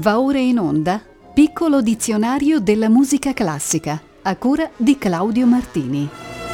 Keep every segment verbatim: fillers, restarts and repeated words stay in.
Va ora in onda Piccolo dizionario della musica classica, a cura di Claudio Martini.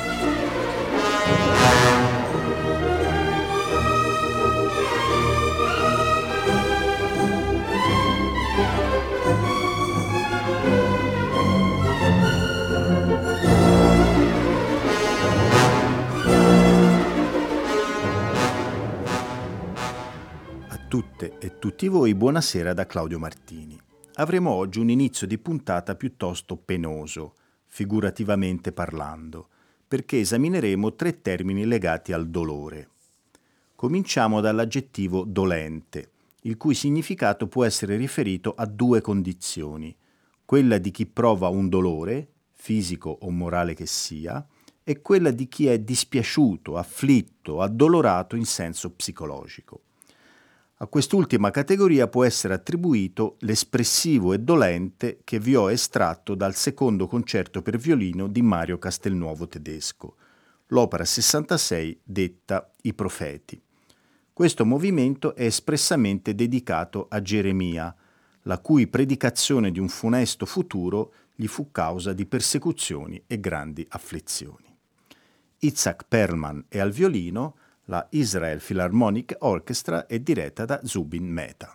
A tutte e tutti voi buonasera da Claudio Martini. Avremo oggi un inizio di puntata piuttosto penoso, figurativamente parlando, perché esamineremo tre termini legati al dolore. Cominciamo dall'aggettivo dolente, il cui significato può essere riferito a due condizioni, quella di chi prova un dolore, fisico o morale che sia, e quella di chi è dispiaciuto, afflitto, addolorato in senso psicologico. A quest'ultima categoria può essere attribuito l'espressivo e dolente che vi ho estratto dal secondo concerto per violino di Mario Castelnuovo Tedesco, l'opera sessantasei detta I Profeti. Questo movimento è espressamente dedicato a Geremia, la cui predicazione di un funesto futuro gli fu causa di persecuzioni e grandi afflizioni. Itzhak Perlman è al violino. La Israel Philharmonic Orchestra è diretta da Zubin Mehta.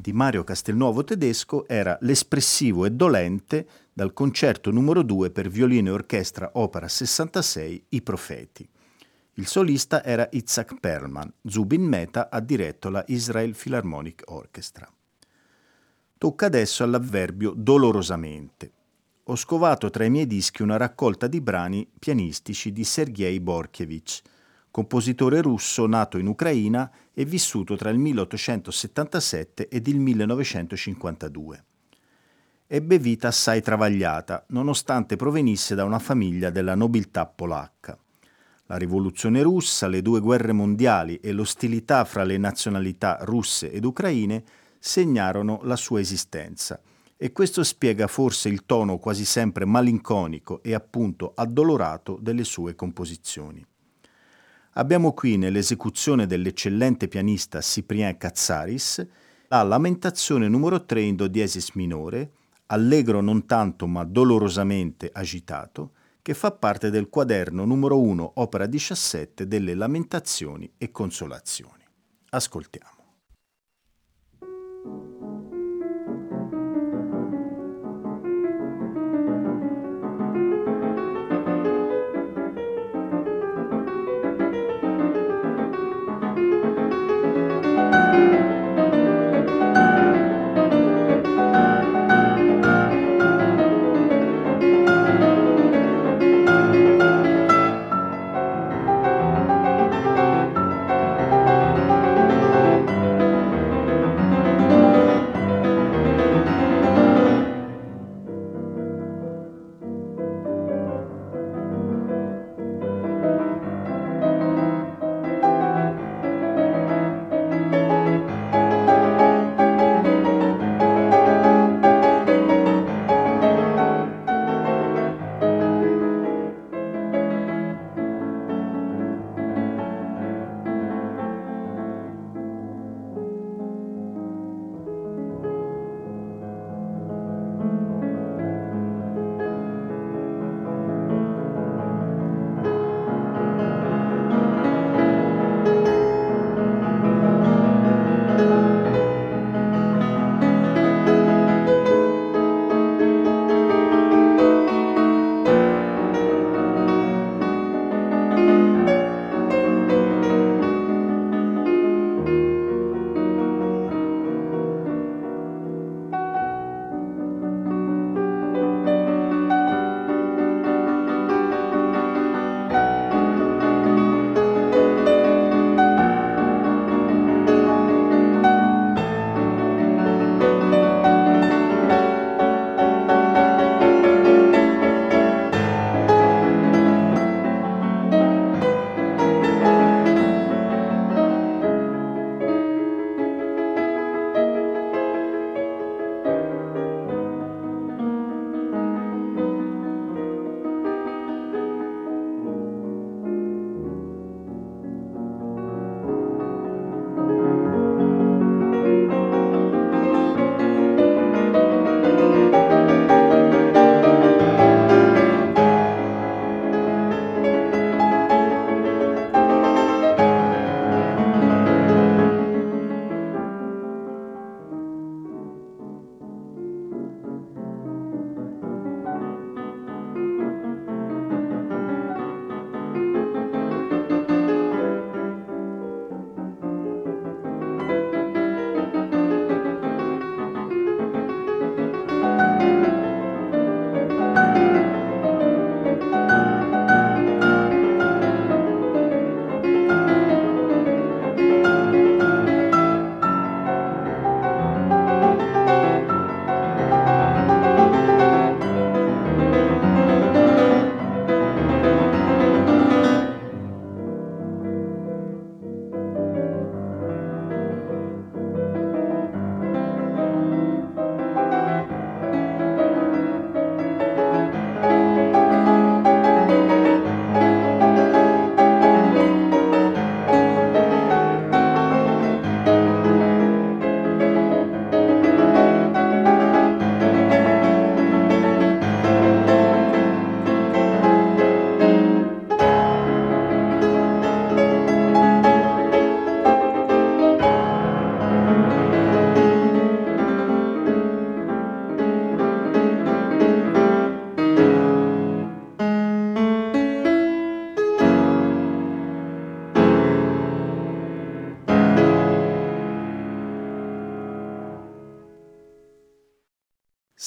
di Mario Castelnuovo tedesco era l'espressivo e dolente dal concerto numero due per violino e orchestra opera sessantasei I Profeti. Il solista era Itzhak Perlman, Zubin Mehta ha diretto la Israel Philharmonic Orchestra. Tocca adesso all'avverbio dolorosamente. Ho scovato tra i miei dischi una raccolta di brani pianistici di Sergei Borchevich, compositore russo nato in Ucraina e vissuto tra il milleottocentosettantasette ed il millenovecentocinquantadue. Ebbe vita assai travagliata, nonostante provenisse da una famiglia della nobiltà polacca. La rivoluzione russa, le due guerre mondiali e l'ostilità fra le nazionalità russe ed ucraine segnarono la sua esistenza e questo spiega forse il tono quasi sempre malinconico e appunto addolorato delle sue composizioni. Abbiamo qui nell'esecuzione dell'eccellente pianista Cyprien Katsaris la lamentazione numero tre in do diesis minore, allegro non tanto ma dolorosamente agitato, che fa parte del quaderno numero uno, opera diciassette delle Lamentazioni e Consolazioni. Ascoltiamo.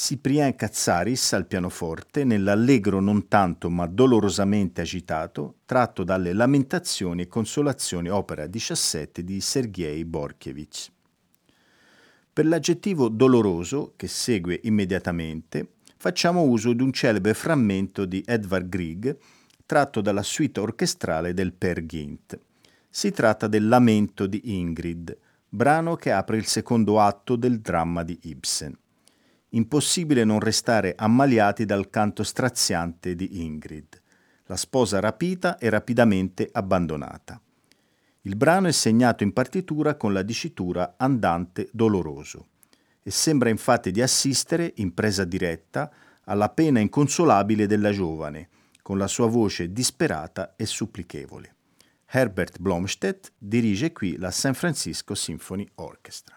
Cyprien Katsaris al pianoforte nell'allegro non tanto ma dolorosamente agitato, tratto dalle Lamentazioni e Consolazioni, opera diciassette di Sergei Borchevich. Per l'aggettivo doloroso, che segue immediatamente, facciamo uso di un celebre frammento di Edvard Grieg, tratto dalla suite orchestrale del Peer Gynt. Si tratta del Lamento di Ingrid, brano che apre il secondo atto del dramma di Ibsen. Impossibile non restare ammaliati dal canto straziante di Ingrid, la sposa rapita e rapidamente abbandonata. Il brano è segnato in partitura con la dicitura andante doloroso e sembra infatti di assistere, in presa diretta, alla pena inconsolabile della giovane, con la sua voce disperata e supplichevole. Herbert Blomstedt dirige qui la San Francisco Symphony Orchestra.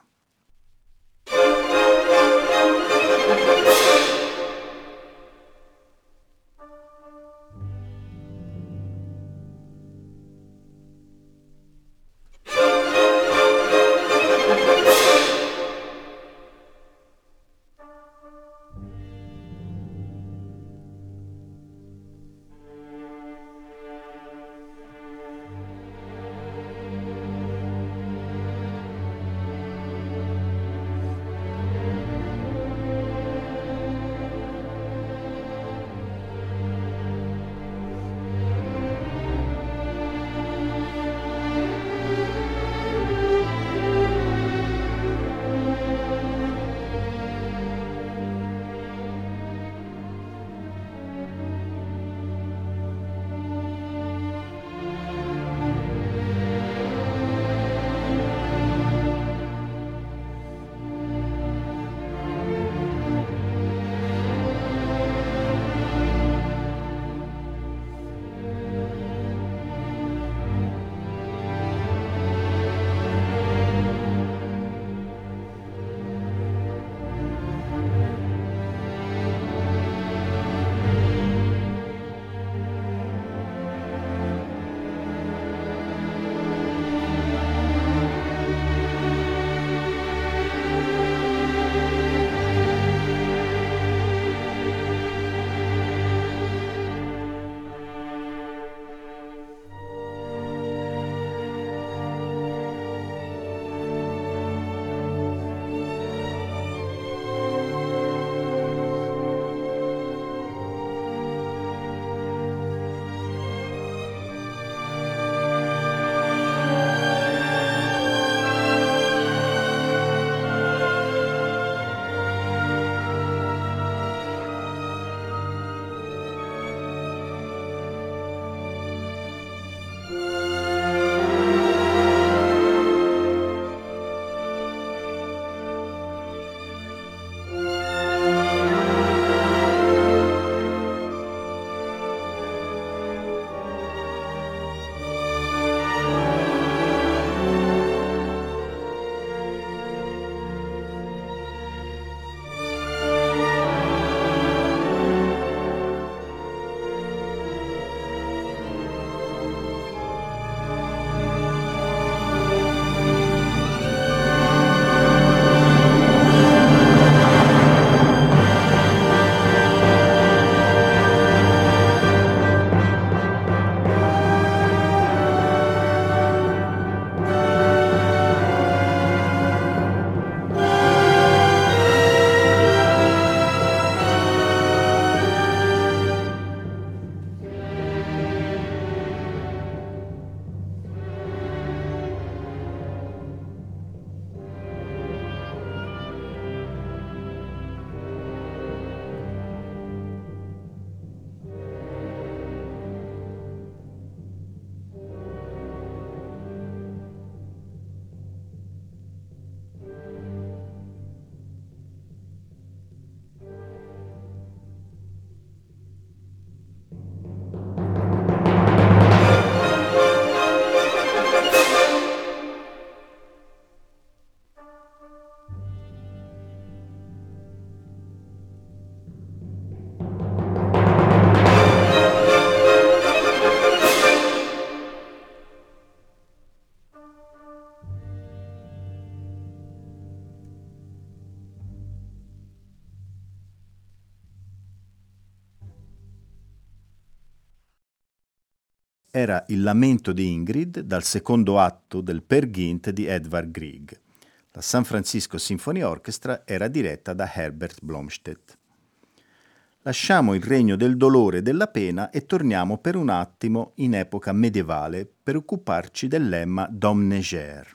Era il lamento di Ingrid dal secondo atto del Peer Gynt di Edvard Grieg. La San Francisco Symphony Orchestra era diretta da Herbert Blomstedt. Lasciamo il regno del dolore e della pena e torniamo per un attimo in epoca medievale per occuparci del lemma Domneger.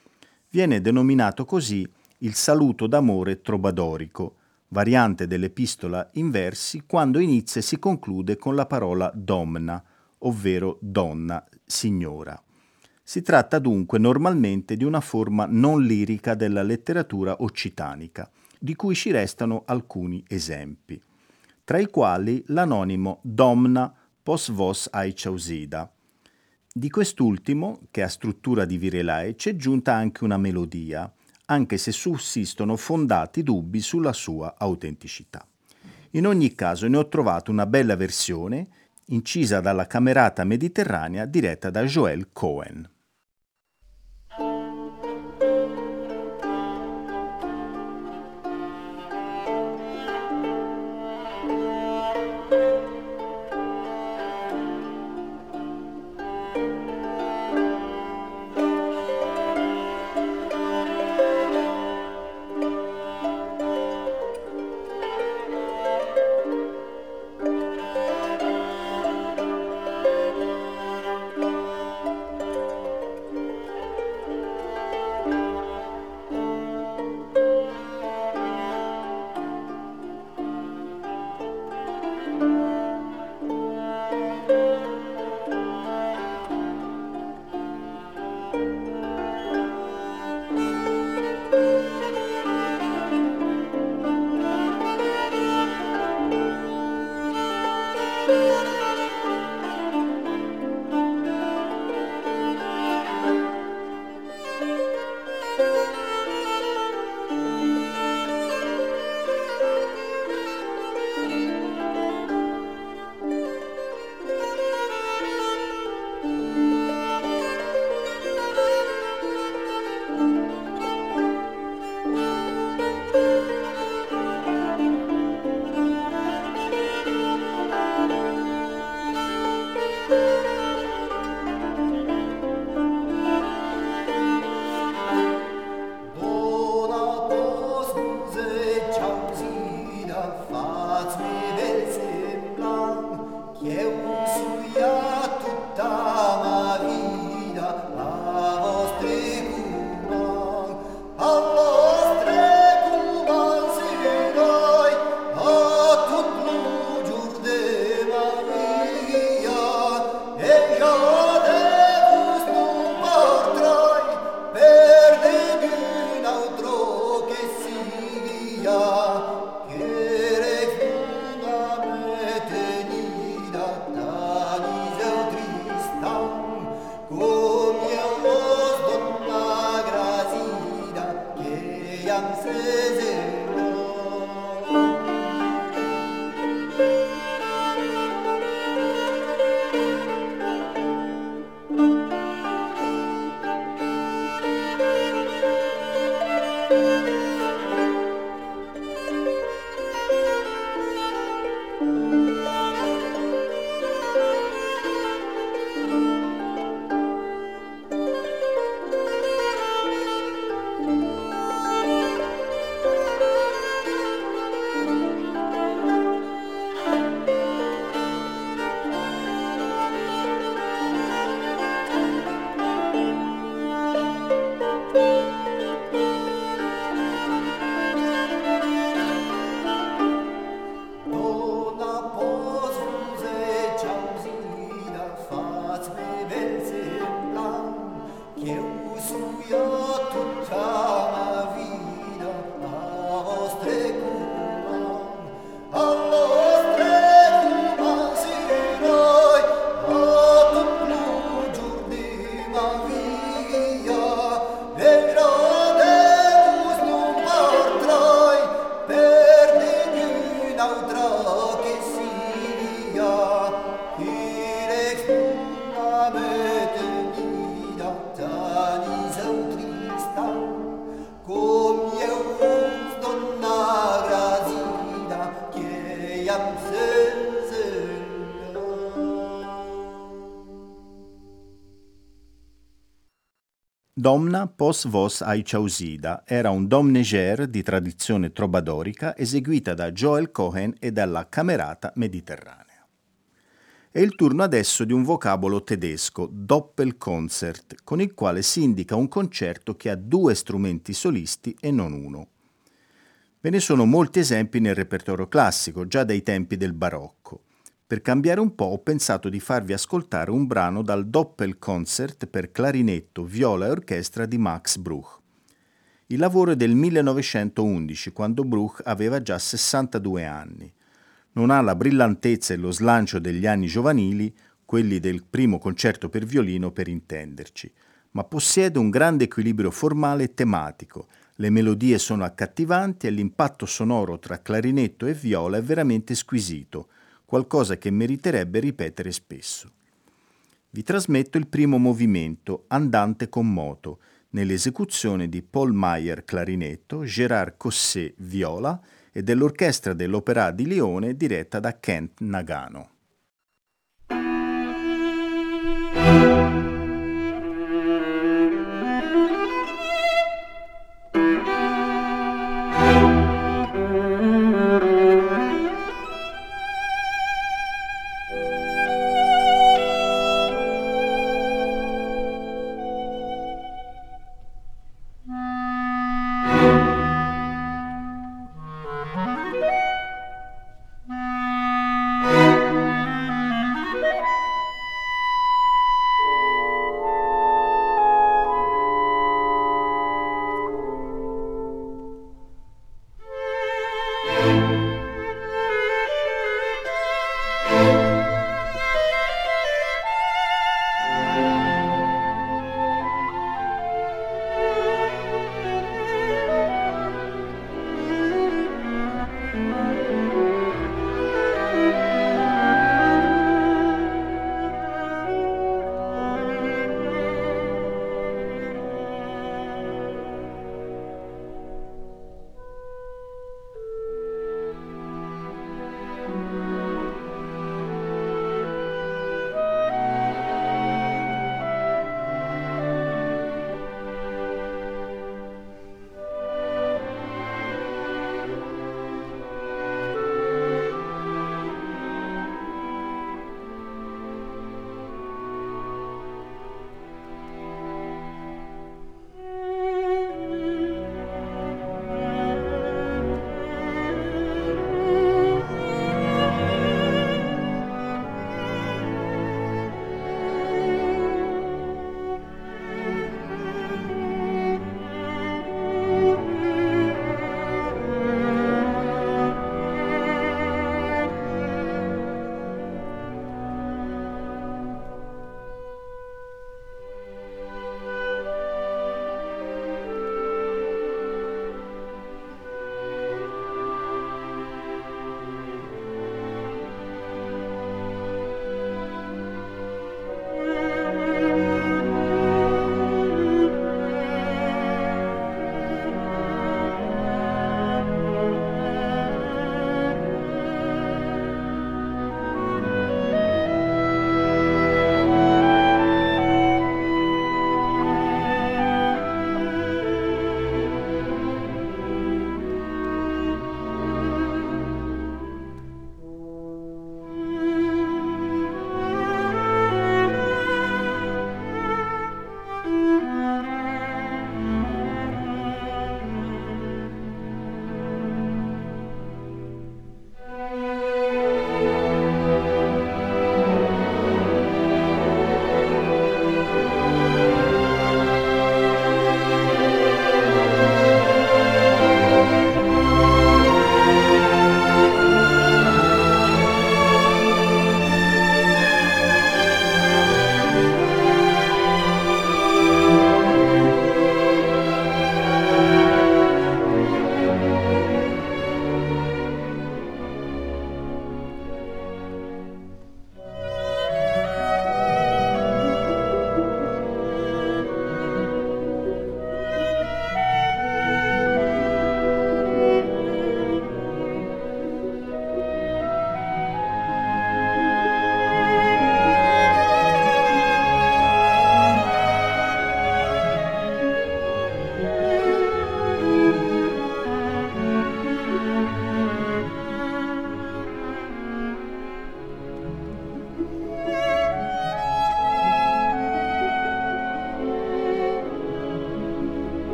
Viene denominato così il saluto d'amore trobadorico, variante dell'epistola in versi quando inizia e si conclude con la parola domna, ovvero donna, signora. Si tratta dunque normalmente di una forma non lirica della letteratura occitanica, di cui ci restano alcuni esempi, tra i quali l'anonimo Domna pos vos aichausida. Di quest'ultimo, che ha struttura di virelai, c'è giunta anche una melodia, anche se sussistono fondati dubbi sulla sua autenticità. In ogni caso ne ho trovato una bella versione, incisa dalla Camerata Mediterranea diretta da Joel Cohen. Come Domna pos vos ai Chausida era un domneger di tradizione trobadorica eseguita da Joel Cohen e dalla Camerata Mediterranea. È il turno adesso di un vocabolo tedesco, Doppelkonzert, con il quale si indica un concerto che ha due strumenti solisti e non uno. Ve ne sono molti esempi nel repertorio classico, già dai tempi del barocco. Per cambiare un po' ho pensato di farvi ascoltare un brano dal Doppelkonzert per clarinetto, viola e orchestra di Max Bruch. Il lavoro è del millenovecentoundici, quando Bruch aveva già sessantadue anni. Non ha la brillantezza e lo slancio degli anni giovanili, quelli del primo concerto per violino per intenderci, ma possiede un grande equilibrio formale e tematico. Le melodie sono accattivanti e l'impatto sonoro tra clarinetto e viola è veramente squisito, qualcosa che meriterebbe ripetere spesso. Vi trasmetto il primo movimento, andante con moto, nell'esecuzione di Paul Meyer clarinetto, Gérard Cosset viola e dell'orchestra dell'Opéra di Lione diretta da Kent Nagano.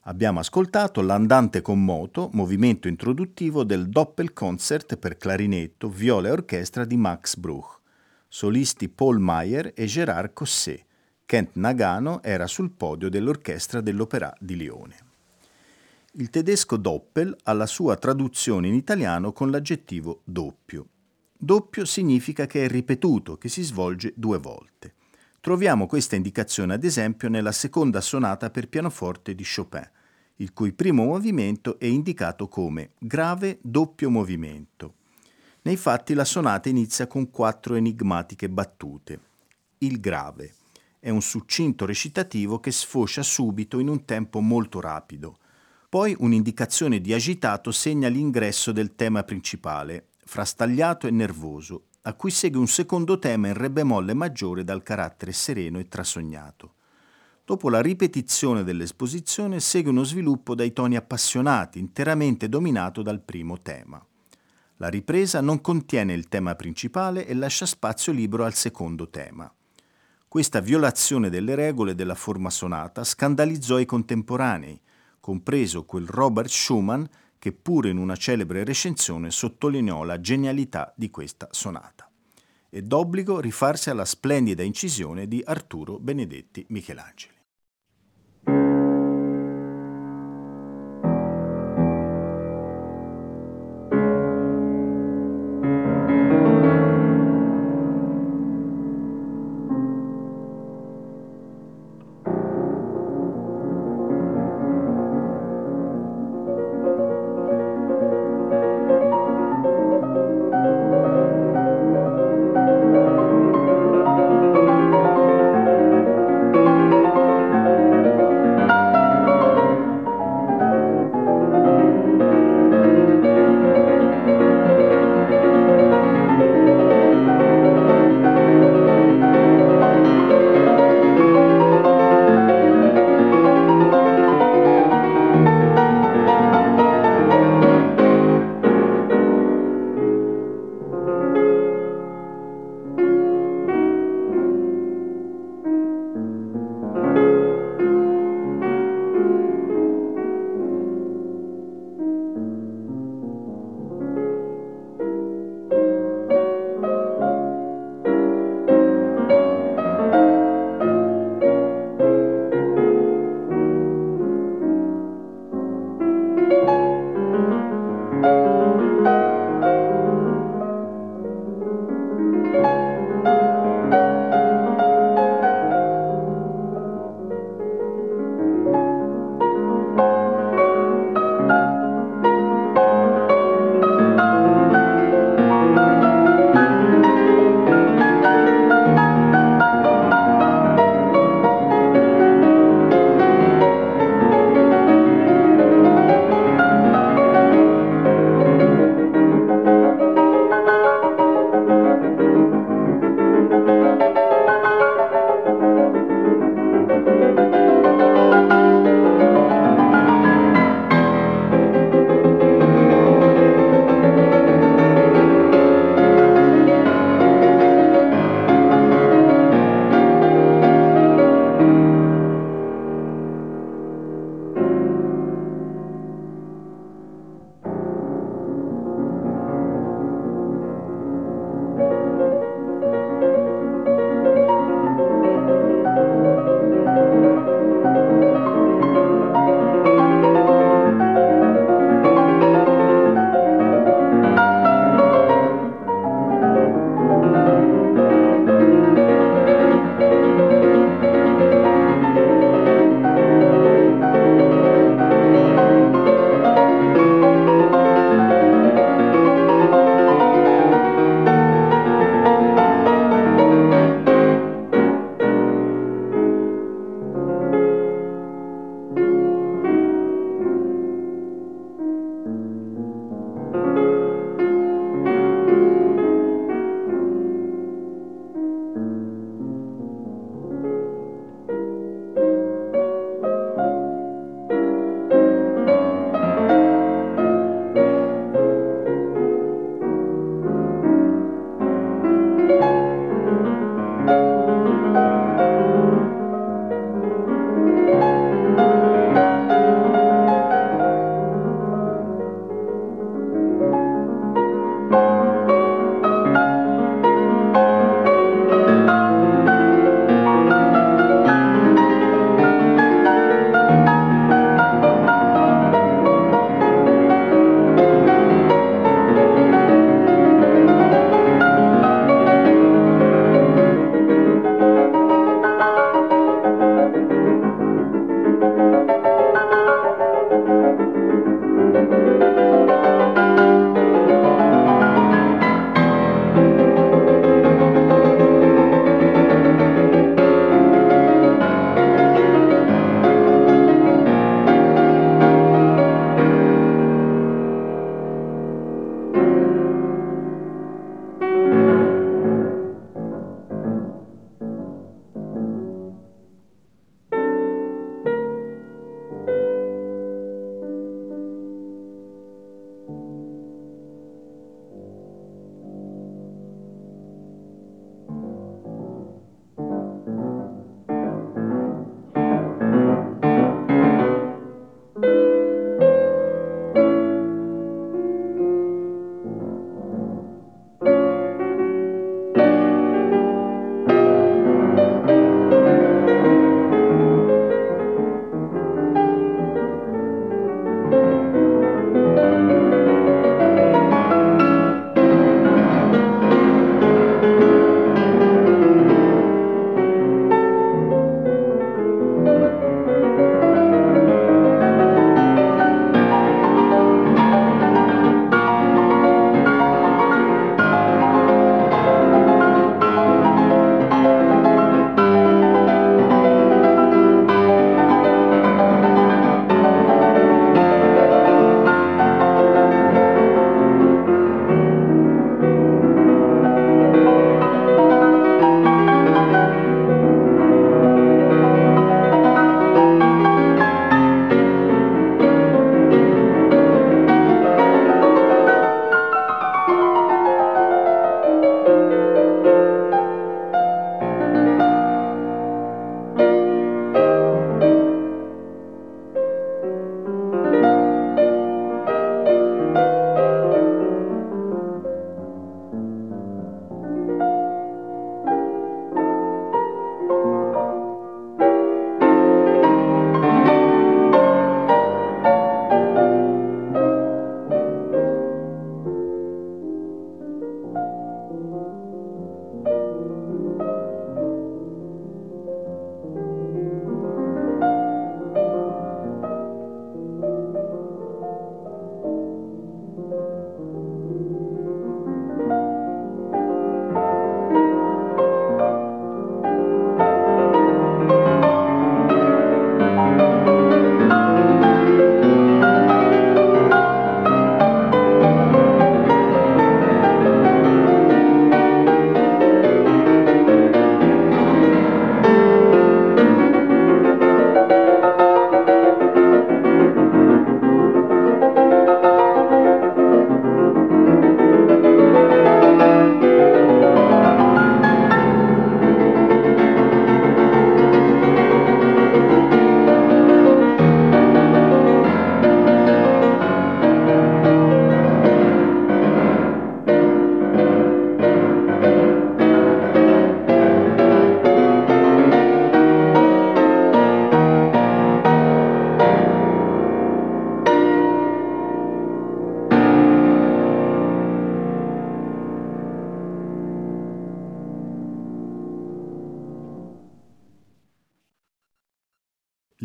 Abbiamo ascoltato l'Andante con moto, movimento introduttivo del Doppelkonzert per clarinetto, viola e orchestra di Max Bruch, solisti Paul Meyer e Gérard Cosset. Kent Nagano era sul podio dell'orchestra dell'Opéra di Lione. Il tedesco Doppel ha la sua traduzione in italiano con l'aggettivo doppio. Doppio significa che è ripetuto, che si svolge due volte. Troviamo questa indicazione ad esempio nella seconda sonata per pianoforte di Chopin, il cui primo movimento è indicato come grave doppio movimento. Nei fatti la sonata inizia con quattro enigmatiche battute. Il grave è un succinto recitativo che sfocia subito in un tempo molto rapido. Poi un'indicazione di agitato segna l'ingresso del tema principale, frastagliato e nervoso, a cui segue un secondo tema in re bemolle maggiore dal carattere sereno e trasognato. Dopo la ripetizione dell'esposizione segue uno sviluppo dai toni appassionati, interamente dominato dal primo tema. La ripresa non contiene il tema principale e lascia spazio libero al secondo tema. Questa violazione delle regole della forma sonata scandalizzò i contemporanei, compreso quel Robert Schumann che pure in una celebre recensione sottolineò la genialità di questa sonata. È d'obbligo rifarsi alla splendida incisione di Arturo Benedetti Michelangeli.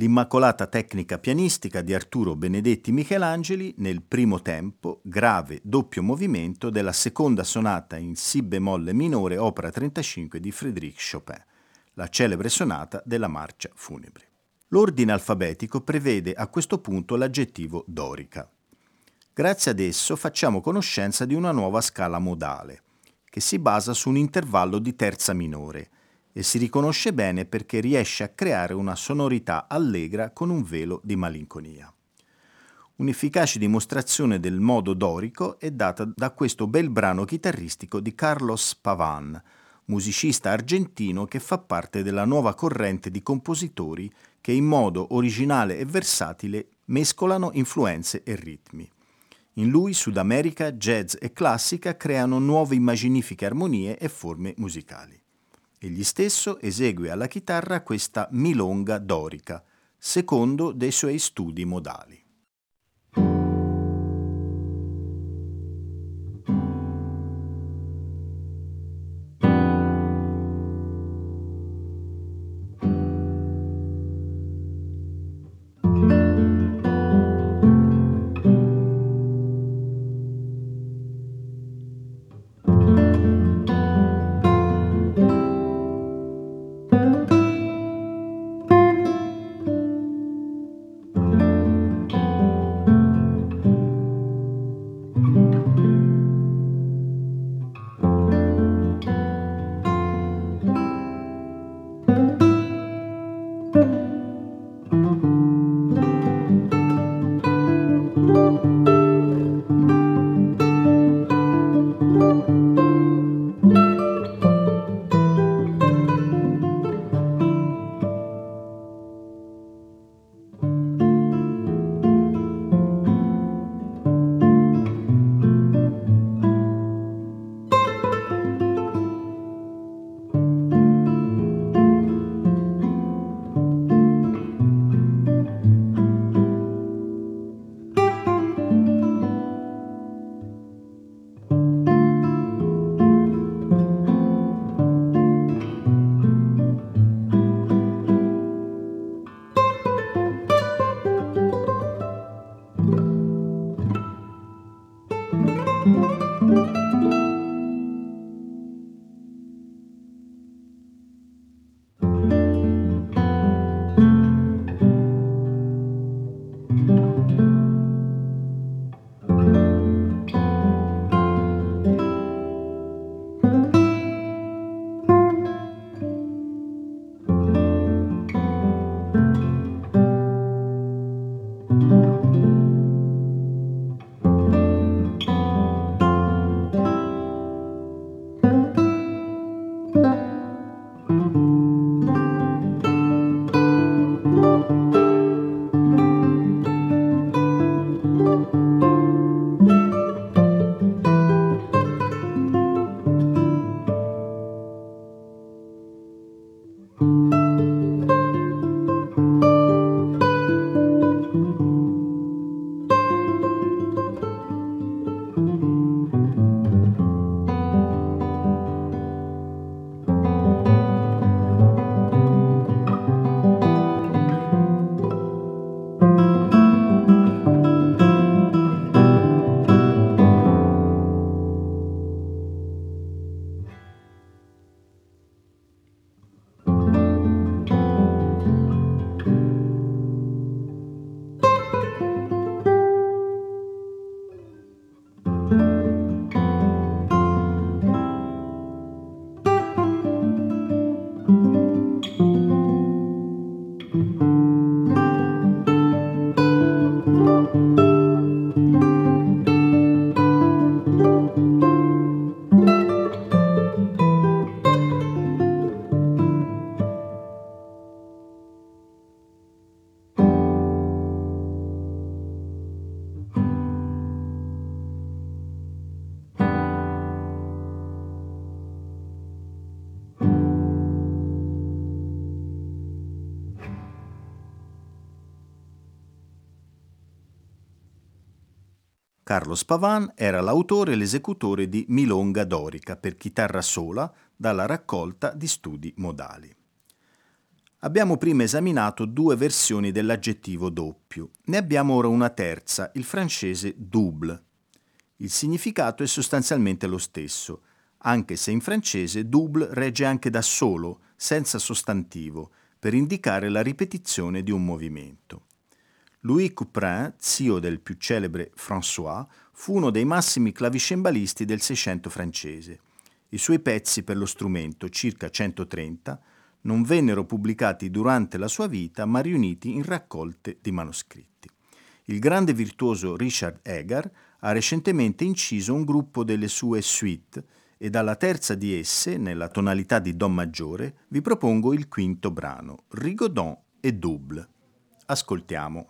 l'immacolata tecnica pianistica di Arturo Benedetti Michelangeli nel primo tempo, grave doppio movimento della seconda sonata in Si bemolle minore, opera trentacinque di Frédéric Chopin, la celebre sonata della marcia funebre. L'ordine alfabetico prevede a questo punto l'aggettivo dorica. Grazie ad esso facciamo conoscenza di una nuova scala modale, che si basa su un intervallo di terza minore, e si riconosce bene perché riesce a creare una sonorità allegra con un velo di malinconia. Un'efficace dimostrazione del modo dorico è data da questo bel brano chitarristico di Carlos Paván, musicista argentino che fa parte della nuova corrente di compositori che in modo originale e versatile mescolano influenze e ritmi. In lui Sud America, jazz e classica creano nuove immaginifiche armonie e forme musicali. Egli stesso esegue alla chitarra questa milonga dorica, secondo dei suoi studi modali. Carlos Paván era l'autore e l'esecutore di Milonga dorica per chitarra sola dalla raccolta di studi modali. Abbiamo prima esaminato due versioni dell'aggettivo doppio. Ne abbiamo ora una terza, il francese double. Il significato è sostanzialmente lo stesso, anche se in francese double regge anche da solo, senza sostantivo, per indicare la ripetizione di un movimento. Louis Couperin, zio del più celebre François, fu uno dei massimi clavicembalisti del Seicento francese. I suoi pezzi per lo strumento, circa centotrenta, non vennero pubblicati durante la sua vita, ma riuniti in raccolte di manoscritti. Il grande virtuoso Richard Egar ha recentemente inciso un gruppo delle sue suite e dalla terza di esse, nella tonalità di Do maggiore, vi propongo il quinto brano, Rigaudon et double. Ascoltiamo.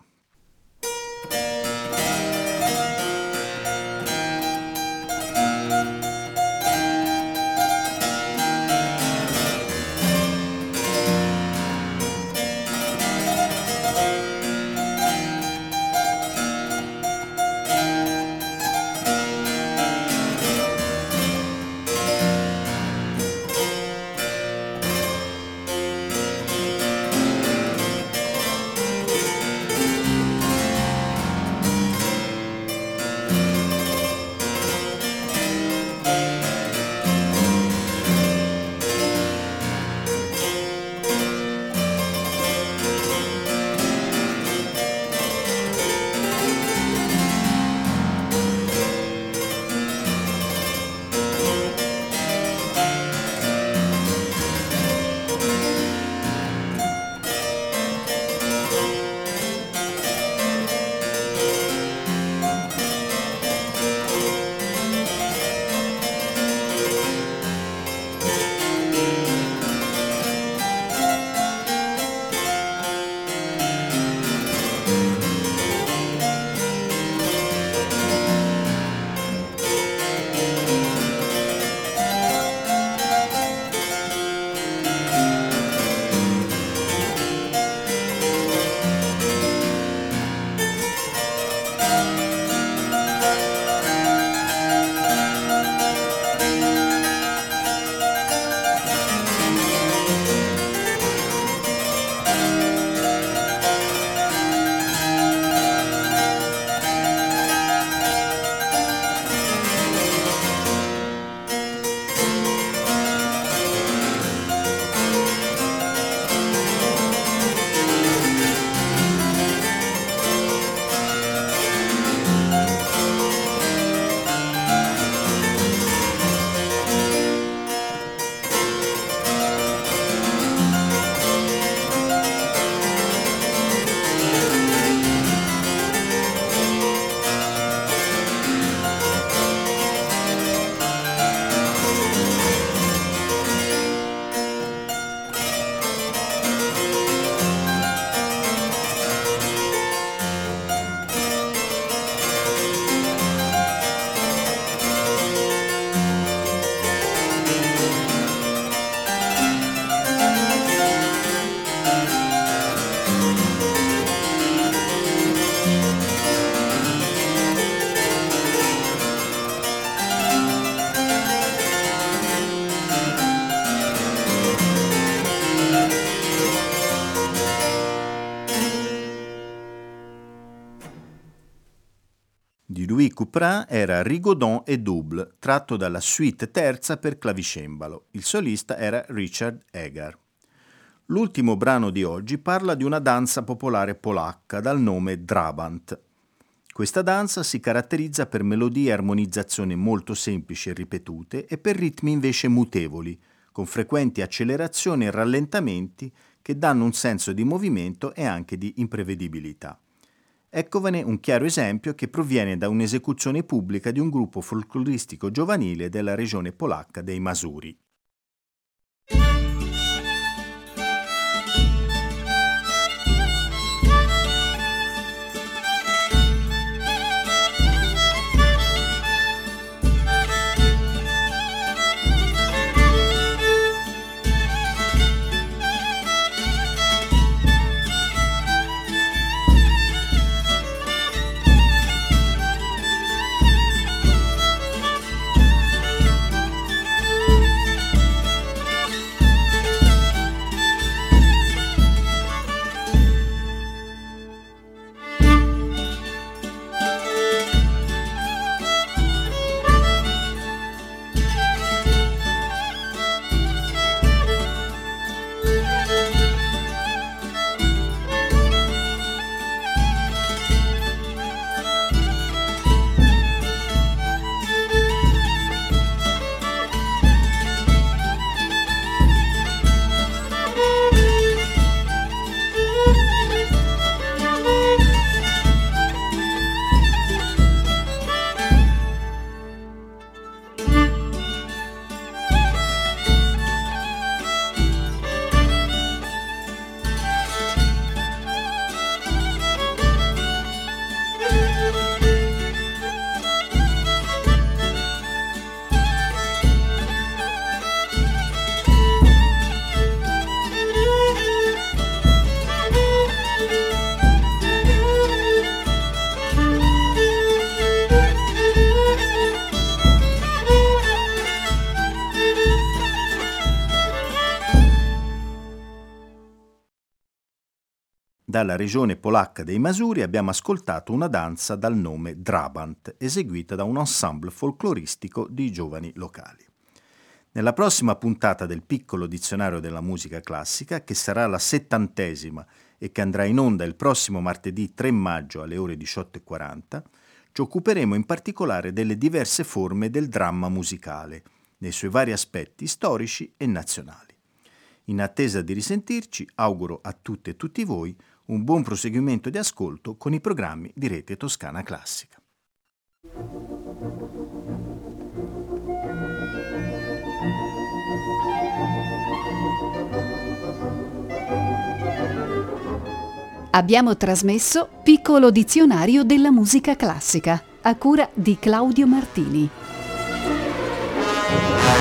Di Louis Couperin era Rigaudon et double, tratto dalla suite terza per clavicembalo. Il solista era Richard Egar. L'ultimo brano di oggi parla di una danza popolare polacca dal nome Drabant. Questa danza si caratterizza per melodie e armonizzazioni molto semplici e ripetute e per ritmi invece mutevoli, con frequenti accelerazioni e rallentamenti che danno un senso di movimento e anche di imprevedibilità. Eccovene un chiaro esempio che proviene da un'esecuzione pubblica di un gruppo folcloristico giovanile della regione polacca dei Masuri. Dalla regione polacca dei Masuri abbiamo ascoltato una danza dal nome Drabant, eseguita da un ensemble folcloristico di giovani locali. Nella prossima puntata del piccolo dizionario della musica classica, che sarà la settantesima e che andrà in onda il prossimo martedì tre maggio alle ore diciotto e quaranta, ci occuperemo in particolare delle diverse forme del dramma musicale, nei suoi vari aspetti storici e nazionali. In attesa di risentirci, auguro a tutte e tutti voi un buon proseguimento di ascolto con i programmi di Rete Toscana Classica. Abbiamo trasmesso Piccolo dizionario della musica classica, a cura di Claudio Martini.